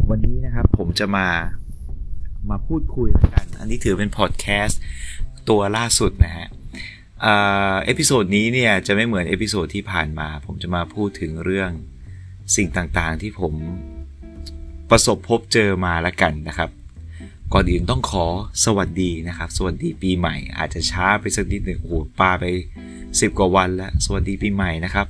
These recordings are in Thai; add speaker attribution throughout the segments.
Speaker 1: วันนี้นะครับผมจะมาพูดคุยกันอันนี้ถือเป็นพอดแคสต์ตัวล่าสุดนะฮะเอพิโซดนี้เนี่ยจะไม่เหมือนเอพิโซดที่ผ่านมาผมจะมาพูดถึงเรื่องสิ่งต่างๆที่ผมประสบพบเจอมาละกันนะครับก่อนอื่นต้องขอสวัสดีนะครับสวัสดีปีใหม่อาจจะช้าไปสักนิดหนึ่งโอ้โหปาไป10 กว่าวันแล้วสวัสดีปีใหม่นะครับ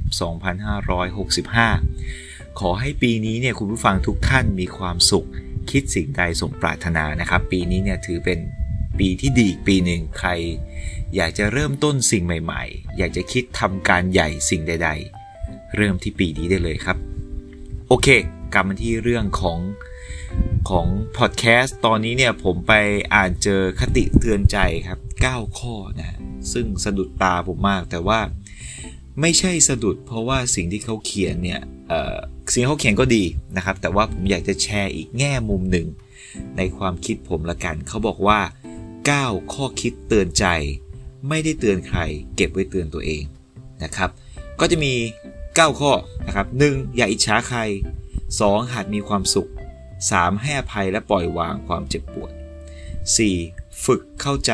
Speaker 1: 2565ขอให้ปีนี้เนี่ยคุณผู้ฟังทุกท่านมีความสุขคิดสิ่งใดสมปรารถนานะครับปีนี้เนี่ยถือเป็นปีที่ดีปีหนึ่งใครอยากจะเริ่มต้นสิ่งใหม่ๆอยากจะคิดทำการใหญ่สิ่งใดๆเริ่มที่ปีนี้ได้เลยครับโอเคกลับมาที่เรื่องของพอดแคสต์ตอนนี้เนี่ยผมไปอ่านเจอคติเตือนใจครับ9ข้อนะซึ่งสะดุดตาผมมากแต่ว่าไม่ใช่สะดุดเพราะว่าสิ่งที่เขาเขียนเนี่ยสิ่งที่เขาเขียนก็ดีนะครับแต่ว่าผมอยากจะแชร์อีกแง่มุมหนึ่งในความคิดผมละกันเขาบอกว่า9ข้อคิดเตือนใจไม่ได้เตือนใครเก็บไว้เตือนตัวเองนะครับก็จะมี9ข้อนะครับ 1. อย่าอิจฉาใคร 2. หัดมีความสุข 3. ให้อภัยและปล่อยวางความเจ็บปวด 4. ฝึกเข้าใจ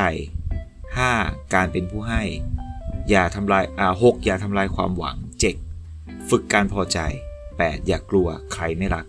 Speaker 1: 5. การเป็นผู้ให้อย่าทำลาย 6. อย่าทำลายความหวัง 7. ฝึกการพอใจ 8. อย่ากลัวใครไม่รัก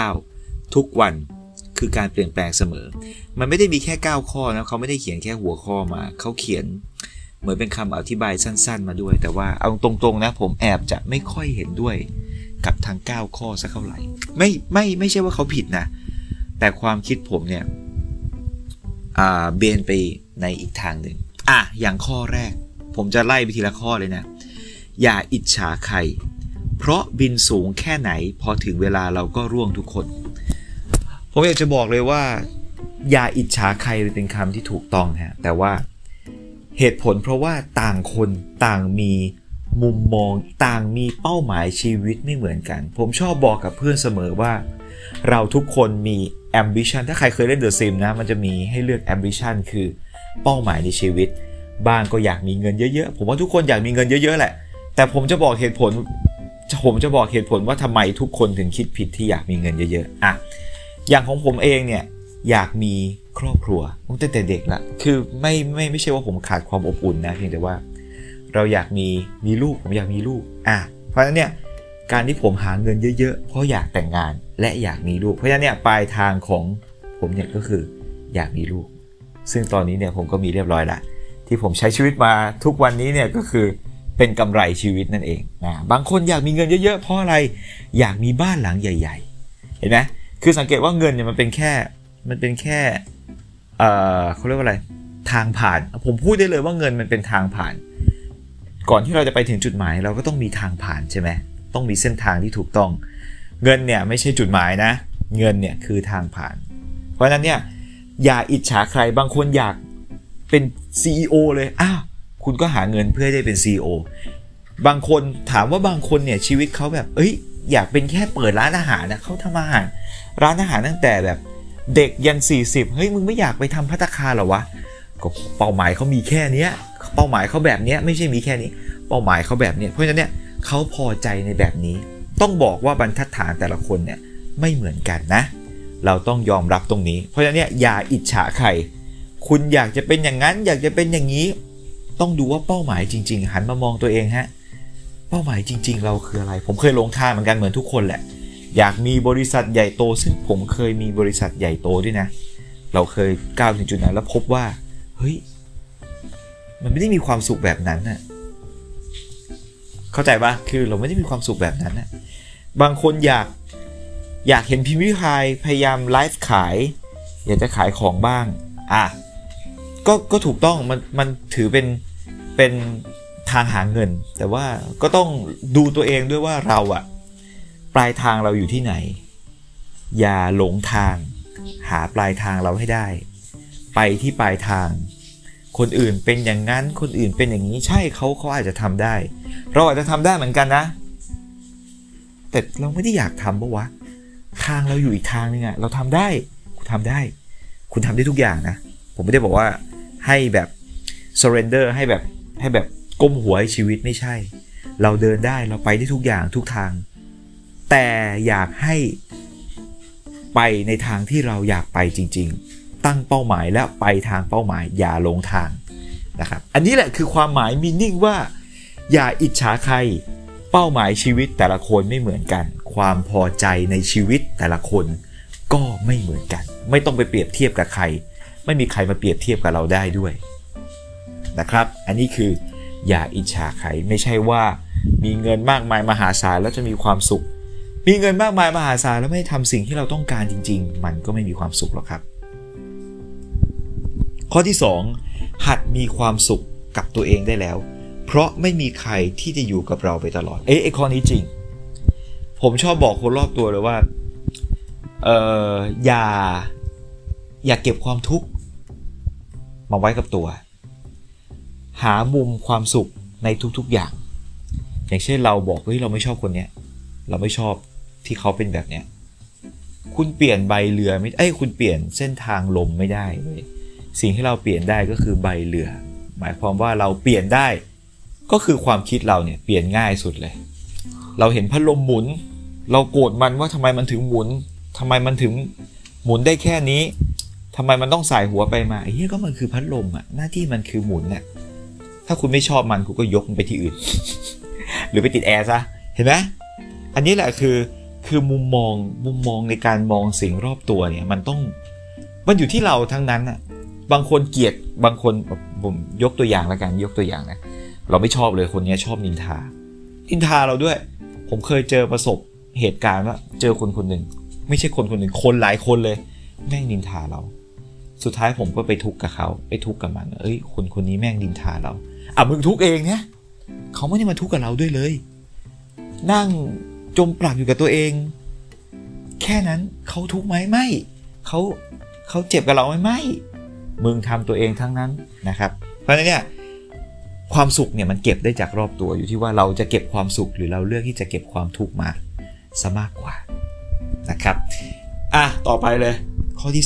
Speaker 1: 9. ทุกวันคือการเปลี่ยนแปลงเสมอมันไม่ได้มีแค่9ข้อนะเขาไม่ได้เขียนแค่หัวข้อมาเขาเขียนเหมือนเป็นคำอธิบายสั้นๆมาด้วยแต่ว่าเอาตรงๆนะผมแอบจะไม่ค่อยเห็นด้วยกับทาง9ข้อสักเท่าไหร่ไม่ใช่ว่าเขาผิดนะแต่ความคิดผมเนี่ยเบนไปในอีกทางหนึ่งอย่างข้อแรกผมจะไล่ไปทีละข้อเลยนะอย่าอิจฉาใครเพราะบินสูงแค่ไหนพอถึงเวลาเราก็ร่วงทุกคนผมอยากจะบอกเลยว่าอย่าอิจฉาใครเป็นคำที่ถูกต้องฮะแต่ว่าเหตุผลเพราะว่าต่างคนต่างมีมุมมองต่างมีเป้าหมายชีวิตไม่เหมือนกันผมชอบบอกกับเพื่อนเสมอว่าเราทุกคนมี ambition ถ้าใครเคยเล่น The Sims นะมันจะมีให้เลือก ambition คือเป้าหมายในชีวิตบางก็อยากมีเงินเยอะๆผมว่าทุกคนอยากมีเงินเยอะๆแหละแต่ผมจะบอกเหตุผลว่าทำไมทุกคนถึงคิดผิดที่อยากมีเงินเยอะๆอย่างของผมเองเนี่ยอยากมีครอบครัวตั้งแต่เด็กละคือไม่ใช่ว่าผมขาดความอบอุ่นนะเพียงแต่ว่าเราอยากมีลูกผมอยากมีลูกเพราะฉะนั้นเนี่ยการที่ผมหาเงินเยอะๆเพราะอยากแต่งงานและอยากมีลูกเพราะฉะนั้นเนี่ยปลายทางของผมเนี่ยก็คืออยากมีลูกซึ่งตอนนี้เนี่ยผมก็มีเรียบร้อยละที่ผมใช้ชีวิตมาทุกวันนี้เนี่ยก็คือเป็นกำไรชีวิตนั่นเองบางคนอยากมีเงินเยอะๆเพราะอะไรอยากมีบ้านหลังใหญ่ๆเห็นไหมคือสังเกตว่าเงินเนี่ยมันเป็นแค่เขาเรียกว่าอะไรทางผ่านผมพูดได้เลยว่าเงินมันเป็นทางผ่านก่อนที่เราจะไปถึงจุดหมายเราก็ต้องมีทางผ่านใช่ไหมต้องมีเส้นทางที่ถูกต้องเงินเนี่ยไม่ใช่จุดหมายนะเงินเนี่ยคือทางผ่านเพราะฉะนั้นเนี่ยอย่าอิจฉาใครบางคนอยากเป็น CEO เลยคุณก็หาเงินเพื่อได้เป็น CEO บางคนถามว่าบางคนเนี่ยชีวิตเขาแบบอยากเป็นแค่เปิดร้านอาหารนะเขาทำอาหารร้านอาหารตั้งแต่แบบเด็กยัน40เฮ้ยมึงไม่อยากไปทำภัตตาคารเหรอวะก็เป้าหมายเขามีแค่นี้เป้าหมายเขาแบบนี้ไม่ใช่มีแค่นี้เป้าหมายเขาแบบนี้เพราะฉะนั้นเนี่ยเขาพอใจในแบบนี้ต้องบอกว่าบรรทัดฐานแต่ละคนเนี่ยไม่เหมือนกันนะเราต้องยอมรับตรงนี้เพราะฉะนั้นเนี่ยอย่าอิจฉาใครคุณอยากจะเป็นอย่างนั้นอยากจะเป็นอย่างนี้ต้องดูว่าเป้าหมายจริงๆหันมามองตัวเองฮะเป้าหมายจริงๆเราคืออะไรผมเคยลงทางเหมือนกันเหมือนทุกคนแหละอยากมีบริษัทใหญ่โตซึ่งผมเคยมีบริษัทใหญ่โตด้วยนะเราเคยก้าวถึงจุดนั้นแล้วพบว่าเฮ้ยมันไม่ได้มีความสุขแบบนั้นน่ะเข้าใจปะคือเราไม่ได้มีความสุขแบบนั้นน่ะบางคนอยากเห็นพิมพ์ริพายพยายามไลฟ์ขายอยากจะขายของบ้างก็ถูกต้องมันถือเป็นทางหาเงินแต่ว่าก็ต้องดูตัวเองด้วยว่าเราปลายทางเราอยู่ที่ไหนอย่าหลงทางหาปลายทางเราให้ได้ไปที่ปลายทางคนอื่นเป็นอย่างนั้นคนอื่นเป็นอย่างนี้ใช่เขาอาจจะทำได้เราอาจจะทำได้เหมือนกันนะแต่เราไม่ได้อยากทำปะวะทางเราอยู่อีกทางนึงเราทำได้คุณทำได้ทุกอย่างนะผมไม่ได้บอกว่าให้แบบ surrender ให้แบบก้มหัวให้ชีวิตไม่ใช่เราเดินได้เราไปได้ทุกอย่างทุกทางแต่อยากให้ไปในทางที่เราอยากไปจริงๆตั้งเป้าหมายและไปทางเป้าหมายอย่าหลงทางนะครับอันนี้แหละคือความหมายมีนิ่งว่าอย่าอิจฉาใครเป้าหมายชีวิตแต่ละคนไม่เหมือนกันความพอใจในชีวิตแต่ละคนก็ไม่เหมือนกันไม่ต้องไปเปรียบเทียบกับใครไม่มีใครมาเปรียบเทียบกับเราได้ด้วยนะครับอันนี้คืออย่าอิจฉาใครไม่ใช่ว่ามีเงินมากมายมหาศาลแล้วจะมีความสุขมีเงินมากมายมหาศาลแล้วไม่ทำสิ่งที่เราต้องการจริงๆมันก็ไม่มีความสุขหรอกครับข้อที่2หัดมีความสุขกับตัวเองได้แล้วเพราะไม่มีใครที่จะอยู่กับเราไปตลอดไอ้ข้อนี้จริงผมชอบบอกคนรอบตัวเลยว่าอย่าเก็บความทุกข์มาไว้กับตัวหามุมความสุขในทุกๆอย่างอย่างเช่นเราบอกเฮ้ยเราไม่ชอบคนเนี้ยเราไม่ชอบที่เขาเป็นแบบเนี้ยคุณเปลี่ยนใบเรือไม่คุณเปลี่ยนเส้นทางลมไม่ได้เลยสิ่งที่เราเปลี่ยนได้ก็คือใบเรือหมายความว่าเราเปลี่ยนได้ก็คือความคิดเราเนี่ยเปลี่ยนง่ายสุดเลยเราเห็นพัดลมหมุนเราโกรธมันว่าทำไมมันถึงหมุนทำไมมันถึงหมุนได้แค่นี้ทำไมมันต้องสายหัวไปมาเฮ้ยก็มันคือพัดลมอ่ะหน้าที่มันคือหมุนเนี่ยถ้าคุณไม่ชอบมันคุณก็ยกมันไปที่อื่น หรือไปติดแอร์ซะเห็นไหมอันนี้แหละคือมุมมองในการมองสิ่งรอบตัวเนี่ยมันอยู่ที่เราทั้งนั้นอ่ะบางคนเกลียดบางคนผมยกตัวอย่างแล้วกันยกตัวอย่างนะเราไม่ชอบเลยคนนี้ชอบนินทาเราด้วยผมเคยเจอประสบเหตุการณ์ว่าเจอคนหนึ่งไม่ใช่คนหนึ่งคนหลายคนเลยแม่งนินทาเราสุดท้ายผมก็ไปทุกข์กับเขาไปทุกข์กับมันคนนี้แม่งนินทาเรามึงทุกข์เองเนี่ยเขาไม่ได้มาทุกข์กับเราด้วยเลยนั่งจมปลักอยู่กับตัวเองแค่นั้นเขาทุกข์ไหมไม่เขาเจ็บกับเราไหมไม่มึงทำตัวเองทั้งนั้นนะครับเพราะฉะนั้นเนี่ยความสุขเนี่ยมันเก็บได้จากรอบตัวอยู่ที่ว่าเราจะเก็บความสุขหรือเราเลือกที่จะเก็บความทุกข์มาซะมากกว่านะครับต่อไปเลยข้อที่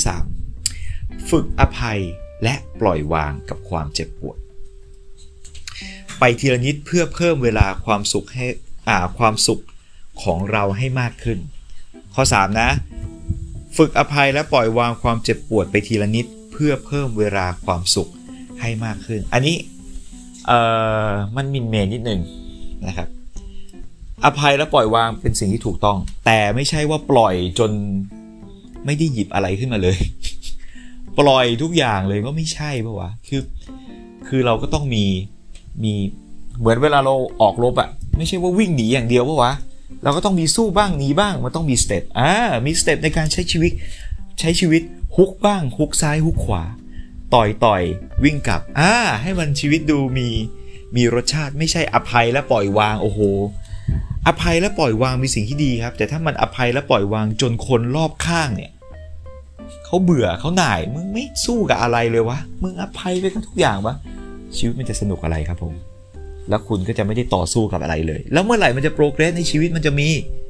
Speaker 1: 3ฝึกอภัยและปล่อยวางกับความเจ็บปวดไปทีละนิดเพื่อเพิ่มเวลาความสุขให้ความสุขของเราให้มากขึ้นข้อ3นะฝึกอภัยและปล่อยวางความเจ็บปวดไปทีละนิดเพื่อเพิ่มเวลาความสุขให้มากขึ้นอันนี้มันมินเมนนิดนึงนะครับอภัยและปล่อยวางเป็นสิ่งที่ถูกต้องแต่ไม่ใช่ว่าปล่อยจนไม่ได้หยิบอะไรขึ้นมาเลย ปล่อยทุกอย่างเลยก็ไม่ใช่ป่ะวะคือเราก็ต้องมีเหมือนเวลาเราออกรบไม่ใช่ว่าวิ่งหนีอย่างเดียวป่ะวะเราก็ต้องมีสู้บ้างหนีบ้างมันต้องมีสเต็ปมีสเต็ปในการใช้ชีวิตฮุกบ้างฮุกซ้ายฮุกขวาต่อยวิ่งกลับให้มันชีวิตดูมีรสชาติไม่ใช่อภัยและปล่อยวางโอ้โหอภัยและปล่อยวางมีสิ่งที่ดีครับแต่ถ้ามันอภัยและปล่อยวางจนคนรอบข้างเนี่ยเขาเบื่อเขาหน่ายมึงไม่สู้กับอะไรเลยวะมึงอภัยไปกับทุกอย่างวะชีวิตมันจะสนุกอะไรครับผมแล้วคุณก็จะไม่ได้ต่อสู้กับอะไรเลยแล้วเมื่อไหร่มันจะโปรเกรสในชีวิตมันจะมี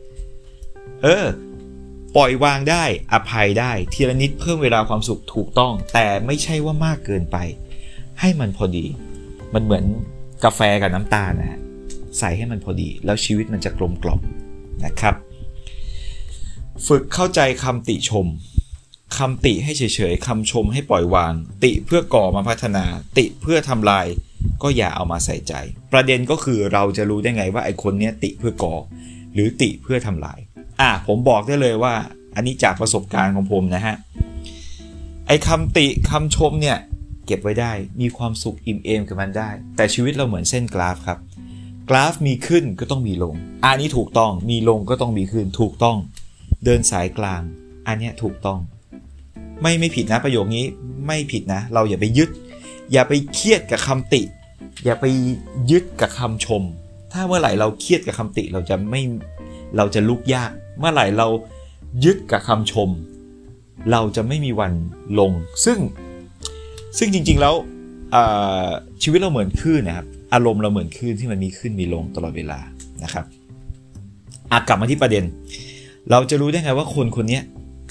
Speaker 1: ปล่อยวางได้อภัยได้ทีละนิดเพิ่มเวลาความสุขถูกต้องแต่ไม่ใช่ว่ามากเกินไปให้มันพอดีมันเหมือนกาแฟกับน้ำตาลนะฮะใส่ให้มันพอดีแล้วชีวิตมันจะกลมกล่อมนะครับฝึกเข้าใจคำติชมคำติให้เฉยๆคำชมให้ปล่อยวางติเพื่อก่อมาพัฒนาติเพื่อทำลายก็อย่าเอามาใส่ใจประเด็นก็คือเราจะรู้ได้ไงว่าไอ้คนเนี้ยติเพื่อก่อหรือติเพื่อทำลายผมบอกได้เลยว่าอันนี้จากประสบการณ์ของผมนะฮะไอ้คำติคำชมเนี่ยเก็บไว้ได้มีความสุขอิ่มเอมกับมันได้แต่ชีวิตเราเหมือนเส้นกราฟครับกราฟมีขึ้นก็ต้องมีลงอันนี้ถูกต้องมีลงก็ต้องมีขึ้นถูกต้องเดินสายกลางอันนี้ถูกต้องไม่ผิดนะประโยคนี้ไม่ผิดนะเราอย่าไปยึดอย่าไปเครียดกับคำติอย่าไปยึดกับคำชมถ้าเมื่อไหร่เราเครียดกับคำติเราจะลุกยากเมื่อไหร่เรายึดกับคำชมเราจะไม่มีวันลงซึ่งจริงๆแล้วชีวิตเราเหมือนคลื่นนะครับอารมณ์เราเหมือนคลื่นที่มันมีขึ้นมีลงตลอดเวลานะครับกลับมาที่ประเด็นเราจะรู้ได้ไงว่าคนนี้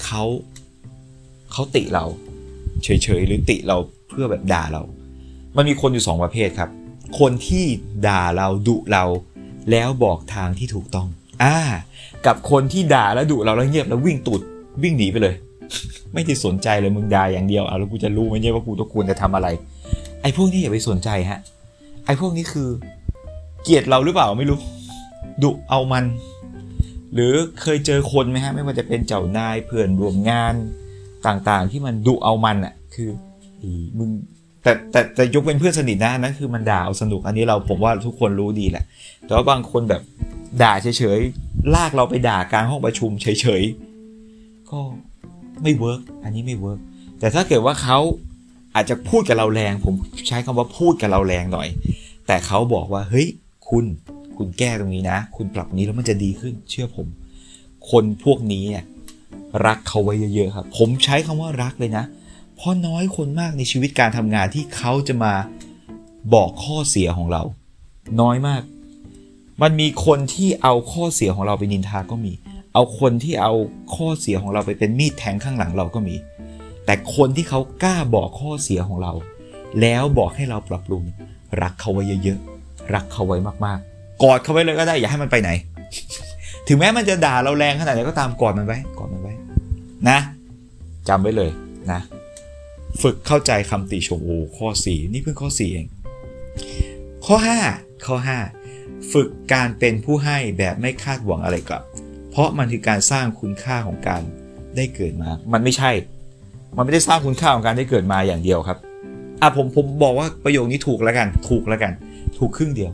Speaker 1: เขาติเราเฉยๆหรือติเราเพื่อแบบด่าเรามันมีคนอยู่2ประเภทครับคนที่ด่าเราดุเราแล้วบอกทางที่ถูกต้องกับคนที่ด่าแล้วดุเราแล้วเงียบแล้ววิ่งตูดวิ่งหนีไปเลย ไม่ได้สนใจเลยมึงด่าอย่างเดียวแล้วกูจะรู้ไหมเนี่ยว่ากูต้องควรจะทำอะไรไอ้พวกนี้อย่าไปสนใจฮะไอ้พวกนี้คือเกลียดเราหรือเปล่าไม่รู้ดุเอามันหรือเคยเจอคนไหมฮะไม่ว่าจะเป็นเจ้านายเพื่อนร่วมงานต่างๆที่มันดุเอามันอ่ะคือมึงแต่ยกเป็นเพื่อนสนิทนะนั่นคือมันด่าเอาสนุกอันนี้ผมว่าทุกคนรู้ดีแหละแต่ว่าบางคนแบบด่าเฉยๆลากเราไปด่ากลางห้องประชุมเฉยๆก็ไม่เวิร์กอันนี้ไม่เวิร์กแต่ถ้าเกิดว่าเขาอาจจะพูดกับเราแรงผมใช้คำว่าพูดกับเราแรงหน่อยแต่เขาบอกว่าเฮ้ยคุณแก้ตรงนี้นะคุณปรับนี้แล้วมันจะดีขึ้นเชื่อผมคนพวกนี้เนี่ยรักเขาไว้เยอะๆครับผมใช้คำว่ารักเลยนะเพราะน้อยคนมากในชีวิตการทำงานที่เขาจะมาบอกข้อเสียของเราน้อยมากมันมีคนที่เอาข้อเสียของเราไปนินทาก็มีเอาคนที่เอาข้อเสียของเราไปเป็นมีดแทงข้างหลังเราก็มีแต่คนที่เขากล้าบอกข้อเสียของเราแล้วบอกให้เราปรับปรุงรักเขาไว้เยอะๆรักเขาไว้มากๆกอดเขาไว้เลยก็ได้อย่าให้มันไปไหน ถึงแม้มันจะด่าเราแรงขนาดไหนก็ตามกอดมันไว้นะจำไว้เลยนะฝึกเข้าใจคำติชมข้อ4นี่เพิ่งข้อ4เองข้อ5ฝึกการเป็นผู้ให้แบบไม่คาดหวังอะไรกลับเพราะมันคือการสร้างคุณค่าของการได้เกิดมามันไม่ได้สร้างคุณค่าของการได้เกิดมาอย่างเดียวครับผมบอกว่าประโยคนี้ถูกแล้วกันถูกครึ่งเดียว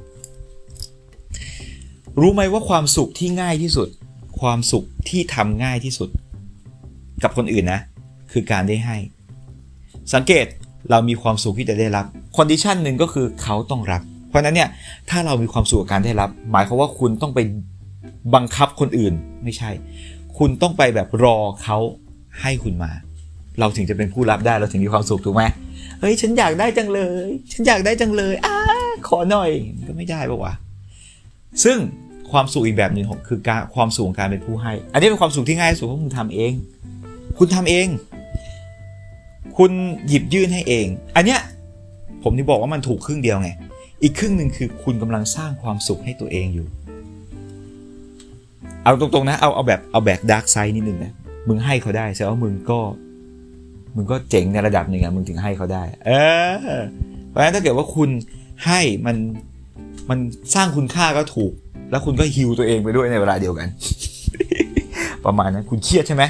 Speaker 1: รู้ไหมว่าความสุขที่ง่ายที่สุดความสุขที่ทำง่ายที่สุดกับคนอื่นนะคือการได้ให้สังเกตเรามีความสุขที่จะได้รับคอนดิชันหนึ่งก็คือเขาต้องรับเพราะนั้นเนี่ยถ้าเรามีความสุขกับการได้รับหมายความว่าคุณต้องไปบังคับคนอื่นไม่ใช่คุณต้องไปแบบรอเขาให้คุณมาเราถึงจะเป็นผู้รับได้เราถึงมีความสุขถูกไหมเฮ้ยฉันอยากได้จังเลยขอหน่อยก็ไม่ได้ป่ะวะซึ่งความสุขอีกแบบหนึ่งคือการความสุขของการเป็นผู้ให้อันนี้เป็นความสุขที่ง่ายที่สุดเพราะคุณทำเองคุณหยิบยื่นให้เองอันเนี้ยผมนี่บอกว่ามันถูกครึ่งเดียวไงอีกครึ่งหนึ่งคือคุณกำลังสร้างความสุขให้ตัวเองอยู่เอาตรงๆนะเอาแบบดาร์กไซด์นิดนึงนะมึงให้เขาได้แสดงว่ามึงก็เจ๋งในระดับหนึ่งอะมึงถึงให้เขาได้เพราะฉะนั้นถ้าเกิดว่าคุณให้มันสร้างคุณค่าก็ถูกแล้วคุณก็ฮีลตัวเองไปด้วยในเวลาเดียวกัน ประมาณนั้นคุณเครียดใช่ไหม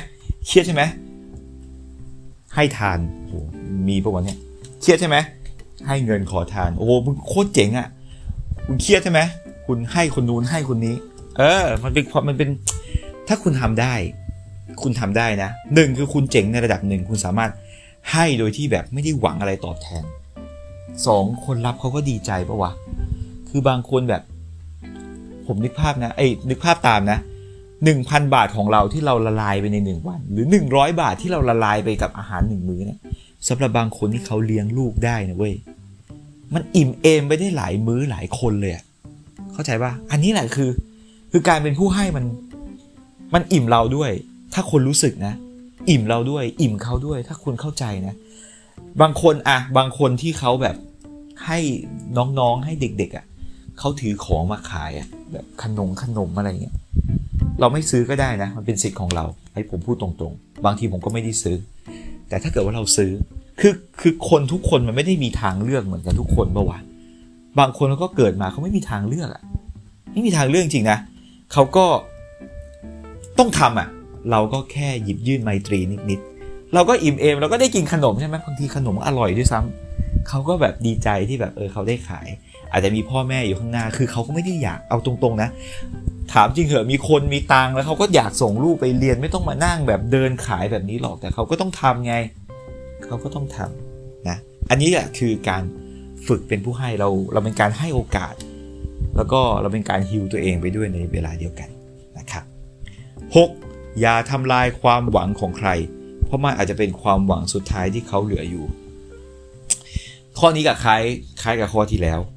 Speaker 1: ให้ทานโอ้มีประวัติเนี่ยเครียดใช่ไหมให้เงินขอทานโอ้มึงโคตรเจ๋งอ่ะคุณเครียดใช่ไหมคุณให้คนนู้นให้คนนี้มันเป็นถ้าคุณทำได้นะหนึ่งคือคุณเจ๋งในระดับหนึ่งคุณสามารถให้โดยที่แบบไม่ได้หวังอะไรตอบแทน2คนรับเขาก็ดีใจปะวะคือบางคนแบบผมนึกภาพนะนึกภาพตามนะ 1,000 บาทของเราที่เราละลายไปใน1วันหรือ100 บาทที่เราละลายไปกับอาหาร1มื้อเนี่ยสำหรับบางคนที่เขาเลี้ยงลูกได้นะเว้ยมันอิ่มเอมไปได้หลายมื้อหลายคนเลยอ่ะเข้าใจป่ะอันนี้แหละคือการเป็นผู้ให้มันอิ่มเราด้วยถ้าคนรู้สึกนะอิ่มเราด้วยอิ่มเขาด้วยถ้าคนเข้าใจนะบางคนที่เขาแบบให้น้องๆให้เด็กๆเขาถือของมาขายแบบขนมอะไรเงี้ยเราไม่ซื้อก็ได้นะมันเป็นสิทธิ์ของเราให้ผมพูดตรงๆบางทีผมก็ไม่ได้ซื้อแต่ถ้าเกิดว่าเราซื้อคือคนทุกคนมันไม่ได้มีทางเลือกเหมือนกันทุกคนป่ะวะบางคนก็เกิดมาเขาไม่มีทางเลือกไม่มีทางเลือกจริงนะเขาก็ต้องทำเราก็แค่หยิบยื่นไมตรีนิดๆเราก็อิ่มเอมเราก็ได้กินขนมใช่ไหมบางทีขนมอร่อยด้วยซ้ำเขาก็แบบดีใจที่แบบเขาได้ขายอาจจะมีพ่อแม่อยู่ข้างหน้าคือเขาก็ไม่ได้อยากเอาตรงๆนะถามจริงเหรอมีคนมีตังค์แล้วเขาก็อยากส่งลูกไปเรียนไม่ต้องมานั่งแบบเดินขายแบบนี้หรอกแต่เขาก็ต้องทำไงเขาก็ต้องทำนะอันนี้แหละคือการฝึกเป็นผู้ให้เราเป็นการให้โอกาสแล้วก็เราเป็นการฮีลตัวเองไปด้วยในเวลาเดียวกันนะครับ 6. อย่าทำลายความหวังของใครเพราะมันอาจจะเป็นความหวังสุดท้ายที่เขาเหลืออยู่ข้อนี้กับคล้ายกับข้อที่แล้ว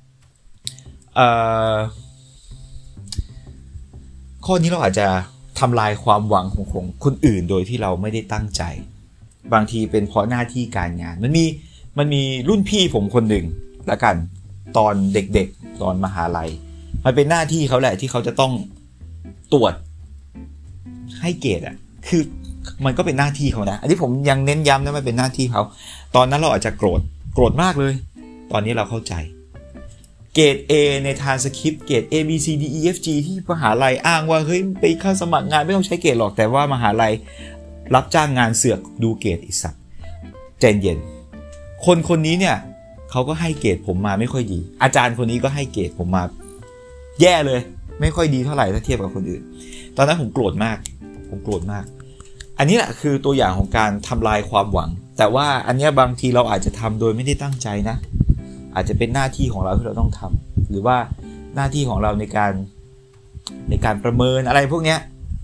Speaker 1: ข้อนี้เราอาจจะทำลายความหวังของคนอื่นโดยที่เราไม่ได้ตั้งใจบางทีเป็นเพราะหน้าที่การงานมันมีรุ่นพี่ผมคนหนึ่งละกันตอนเด็กๆตอนมหาลัยมันเป็นหน้าที่เขาแหละที่เขาจะต้องตรวจให้เกรดคือมันก็เป็นหน้าที่เขานะอันนี้ผมยังเน้นย้ำนะมันเป็นหน้าที่เขาตอนนั้นเราอาจจะโกรธมากเลยตอนนี้เราเข้าใจเกรด A ในทรานสคริปต์เกรด A B C D E F G ที่มหาลัยอ้างว่าเฮ้ยไปเข้าสมัครงานไม่ต้องใช้เกรดหรอกแต่ว่ามหาลัยรับจ้างงานเสือกดูเกรดอีสัตว์ใจเย็นคนนี้เนี่ยเขาก็ให้เกรดผมมาไม่ค่อยดีอาจารย์คนนี้ก็ให้เกรดผมมาแย่เลยไม่ค่อยดีเท่าไหร่ถ้าเทียบกับคนอื่นตอนนั้นผมโกรธมากอันนี้แหละคือตัวอย่างของการทำลายความหวังแต่ว่าอันนี้บางทีเราอาจจะทำโดยไม่ได้ตั้งใจนะอาจจะเป็นหน้าที่ของเราที่เราต้องทำหรือว่าหน้าที่ของเราในการประเมินอะไรพวกเนี้ย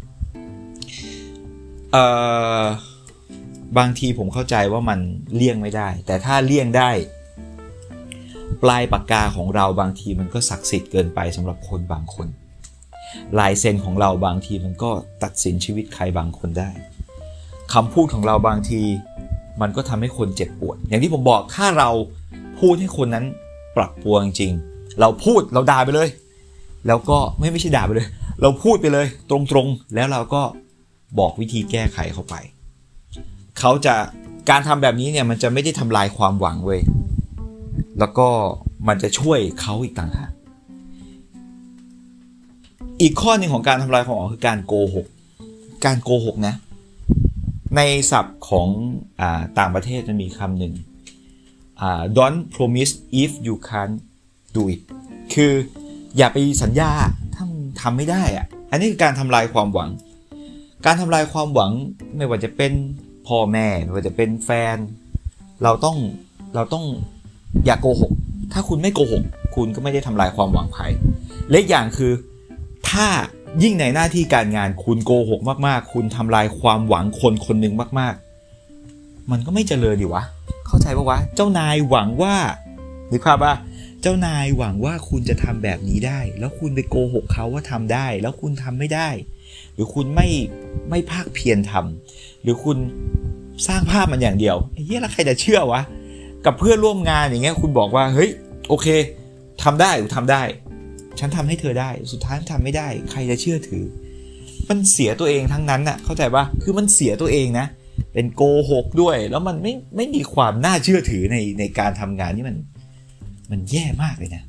Speaker 1: บางทีผมเข้าใจว่ามันเลี่ยงไม่ได้แต่ถ้าเลี่ยงได้ปลายปากกาของเราบางทีมันก็ศักดิ์สิทธิ์เกินไปสำหรับคนบางคนลายเซ็นของเราบางทีมันก็ตัดสินชีวิตใครบางคนได้คำพูดของเราบางทีมันก็ทำให้คนเจ็บปวดอย่างที่ผมบอกถ้าเราพูดให้คนนั้นปรับปรุงจริงๆเราพูดเราด่าไปเลยแล้วก็ไม่ใช่ด่าไปเลยเราพูดไปเลยตรงๆแล้วเราก็บอกวิธีแก้ไขเข้าไปเขาจะการทำแบบนี้เนี่ยมันจะไม่ได้ทำลายความหวังเว้ยแล้วก็มันจะช่วยเขาอีกต่างหากอีกข้อหนึ่งของการทำลายความหวังคือการโกหกนะในศัพท์ของต่างประเทศมันมีคำหนึ่งdon't promise if you can't do it คืออย่าไปสัญญาถ้าทำไม่ได้อะอันนี้คือการทำลายความหวังการทำลายความหวังไม่ว่าจะเป็นพ่อแม่ไม่ว่าจะเป็นแฟนเราต้องอย่าโกหกถ้าคุณไม่โกหกคุณก็ไม่ได้ทำลายความหวังใครและอีกอย่างคือถ้ายิ่งในหน้าที่การงานคุณโกหกมากๆคุณทำลายความหวังคนหนึ่งมากๆมันก็ไม่เจริญดิวะเข้าใจปะวะเจ้านายหวังว่านึกภาพว่าเจ้านายหวังว่าคุณจะทำแบบนี้ได้แล้วคุณไปโกหกเขาว่าทำได้แล้วคุณทำไม่ได้หรือคุณไม่ภาคเพียรทำหรือคุณสร้างภาพมันอย่างเดียวไอ้เหี้ยแล้วใครจะเชื่อวะกับเพื่อนร่วมงานอย่างเงี้ยคุณบอกว่าเฮ้ยโอเคทำได้ฉันทำให้เธอได้สุดท้ายทำไม่ได้ใครจะเชื่อถือมันเสียตัวเองทั้งนั้นน่ะเข้าใจปะคือมันเสียตัวเองนะเป็นโกหกด้วยแล้วมันไม่มีความน่าเชื่อถือในการทำงานนี่มันแย่มากเลยนะ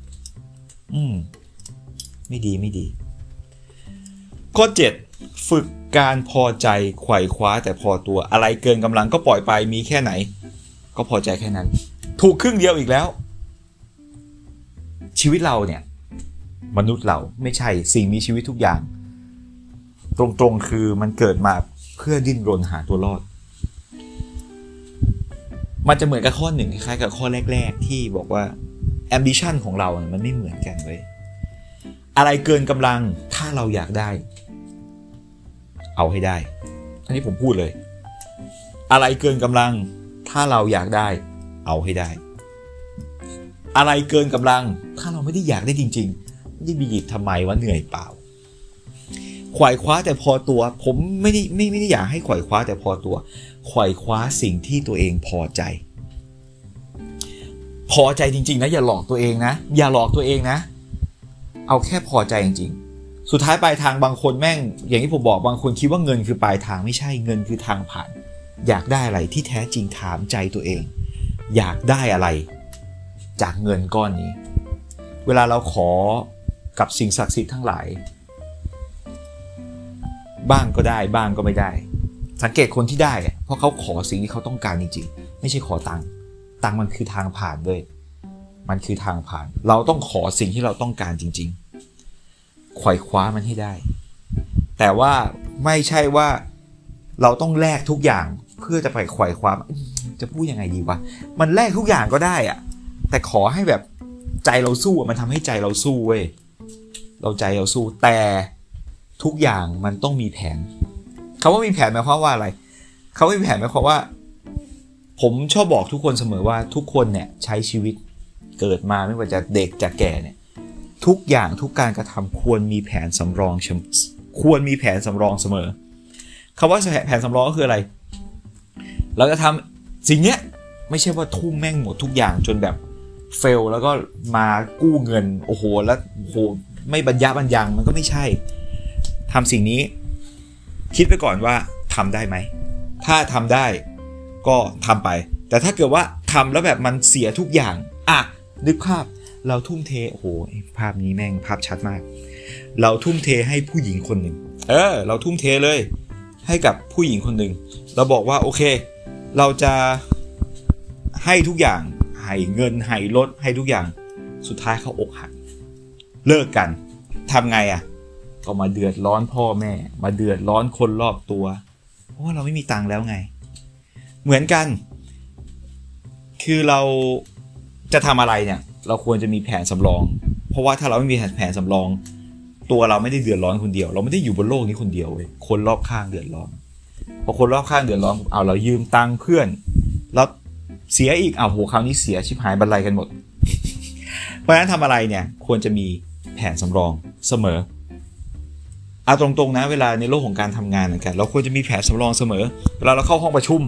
Speaker 1: ไม่ดีข้อ 7ฝึกการพอใจไขว่คว้าแต่พอตัวอะไรเกินกำลังก็ปล่อยไปมีแค่ไหนก็พอใจแค่นั้นถูกครึ่งเดียวอีกแล้วชีวิตเราเนี่ยมนุษย์เราไม่ใช่สิ่งมีชีวิตทุกอย่างตรงๆคือมันเกิดมาเพื่อดิ้นรนหาตัวรอดมันจะเหมือนกับข้อหนึ่งคล้ายๆกับข้อแรกๆที่บอกว่า ambition ของเรามันไม่เหมือนกันเว้ยอะไรเกินกำลังถ้าเราอยากได้เอาให้ได้อันนี้ผมพูดเลยอะไรเกินกำลังถ้าเราอยากได้เอาให้ได้อะไรเกินกำลังถ้าเราไม่ได้อยากได้จริงๆไม่ได้ไปหยิบทำไมวะเหนื่อยเปล่าไขว่คว้าแต่พอตัวผมไม่ได้อยากให้ไขว่คว้าแต่พอตัวไขว่คว้าสิ่งที่ตัวเองพอใจจริงๆนะอย่าหลอกตัวเองนะเอาแค่พอใจจริงๆสุดท้ายปลายทางบางคนแม่งอย่างที่ผมบอกบางคนคิดว่าเงินคือปลายทางไม่ใช่เงินคือทางผ่านอยากได้อะไรที่แท้จริงถามใจตัวเองอยากได้อะไรจากเงินก้อนนี้เวลาเราขอกับสิ่งศักดิ์สิทธิ์ทั้งหลายบ้างก็ได้บ้างก็ไม่ได้สังเกตคนที่ได้เพราะเขาขอสิ่งที่เขาต้องการจริงๆไม่ใช่ขอตังค์มันคือทางผ่านด้วยมันคือทางผ่านเราต้องขอสิ่งที่เราต้องการจริงๆไขว่คว้ามันให้ได้แต่ว่าไม่ใช่ว่าเราต้องแลกทุกอย่างเพื่อจะไปไขว่คว้าจะพูดยังไงดีวะมันแลกทุกอย่างก็ได้อะแต่ขอให้แบบใจเราสู้มันทำให้ใจเราสู้เว้ยใจเราสู้แต่ทุกอย่างมันต้องมีแผนคำว่ามีแผนหมายความว่าอะไรเขามีแผนหมายความว่าผมชอบบอกทุกคนเสมอว่าทุกคนเนี่ยใช้ชีวิตเกิดมาไม่ว่าจะเด็กจะแก่เนี่ยทุกอย่างทุกการกระทำควรมีแผนสำรองเสมอคำว่าแผนสำรองก็คืออะไรเราจะทำสิ่งเนี้ยไม่ใช่ว่าทุ่มแม่งหมดทุกอย่างจนแบบเฟลแล้วก็มากู้เงินโอ้โหแล้วโอ้โหไม่บรรยะบรรยังมันก็ไม่ใช่ทำสิ่งนี้คิดไปก่อนว่าทำได้ไหมถ้าทำได้ก็ทำไปแต่ถ้าเกิดว่าทำแล้วแบบมันเสียทุกอย่างนึกภาพเราทุ่มเทโอ้โหภาพนี้แม่งภาพชัดมากเราทุ่มเทให้ผู้หญิงคนหนึ่งเราทุ่มเทเลยให้กับผู้หญิงคนหนึ่งเราบอกว่าโอเคเราจะให้ทุกอย่างให้เงินให้รถให้ทุกอย่างสุดท้ายเขาอกหักเลิกกันทำไงก็มาเดือดร้อนพ่อแม่มาเดือดร้อนคนรอบตัวเพราะว่าเราไม่มีตังค์แล้วไงเหมือนกันคือเราจะทำอะไรเนี่ยเราควรจะมีแผนสำรองเพราะว่าถ้าเราไม่มีแผนสำรองตัวเราไม่ได้เดือดร้อนคนเดียวเราไม่ได้อยู่บนโลกนี้คนเดียวเว้ยคนรอบข้างเดือดร้อนพอคนรอบข้างเดือดร้อนเรายืมตังค์เพื่อนแล้วเสียอีกโหคราวนี้เสียชิบหายบรรลัยกันหมด เพราะฉะนั้นทำอะไรเนี่ยควรจะมีแผนสำรองเสมอเอาตรงๆนะเวลาในโลกของการทำงานเหมือนกันเราควรจะมีแผนสำรองเสมอเวลาเราเข้าห้องประชุม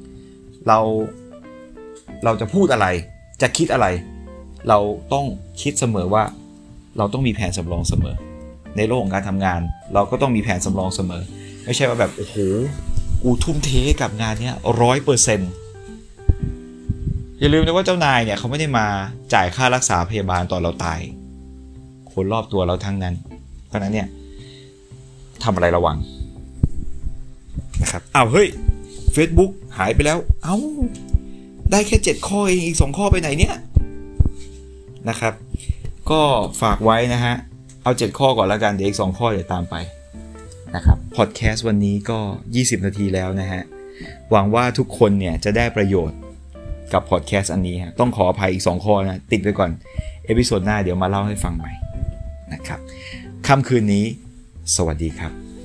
Speaker 1: เราจะพูดอะไรจะคิดอะไรเราต้องคิดเสมอว่าเราต้องมีแผนสำรองเสมอในโลกของการทำงานเราก็ต้องมีแผนสำรองเสมอไม่ใช่ว่าแบบโอ้โหกูทุ่มเทกับงานเนี้ย 100% อย่าลืมนะว่าเจ้านายเนี่ยเขาไม่ได้มาจ่ายค่ารักษาพยาบาลตอนเราตายคนรอบตัวเราทั้งนั้นเพราะนั้นเนี่ยทำอะไรระวังนะครับเฮ้ย Facebook หายไปแล้วได้แค่7ข้อเองอีก2ข้อไปไหนเนี่ยนะครับก็ฝากไว้นะฮะเอา7ข้อก่อนแล้วกันเดี๋ยวอีก2ข้อเดี๋ยวตามไปนะครับพอดแคสต์วันนี้ก็20นาทีแล้วนะฮะหวังว่าทุกคนเนี่ยจะได้ประโยชน์กับพอดแคสต์อันนี้ฮะต้องขออภัยอีก2ข้อนะติดไปก่อนเอพิโซดหน้าเดี๋ยวมาเล่าให้ฟังใหม่นะครับค่ำคืนนี้สวัสดีครับ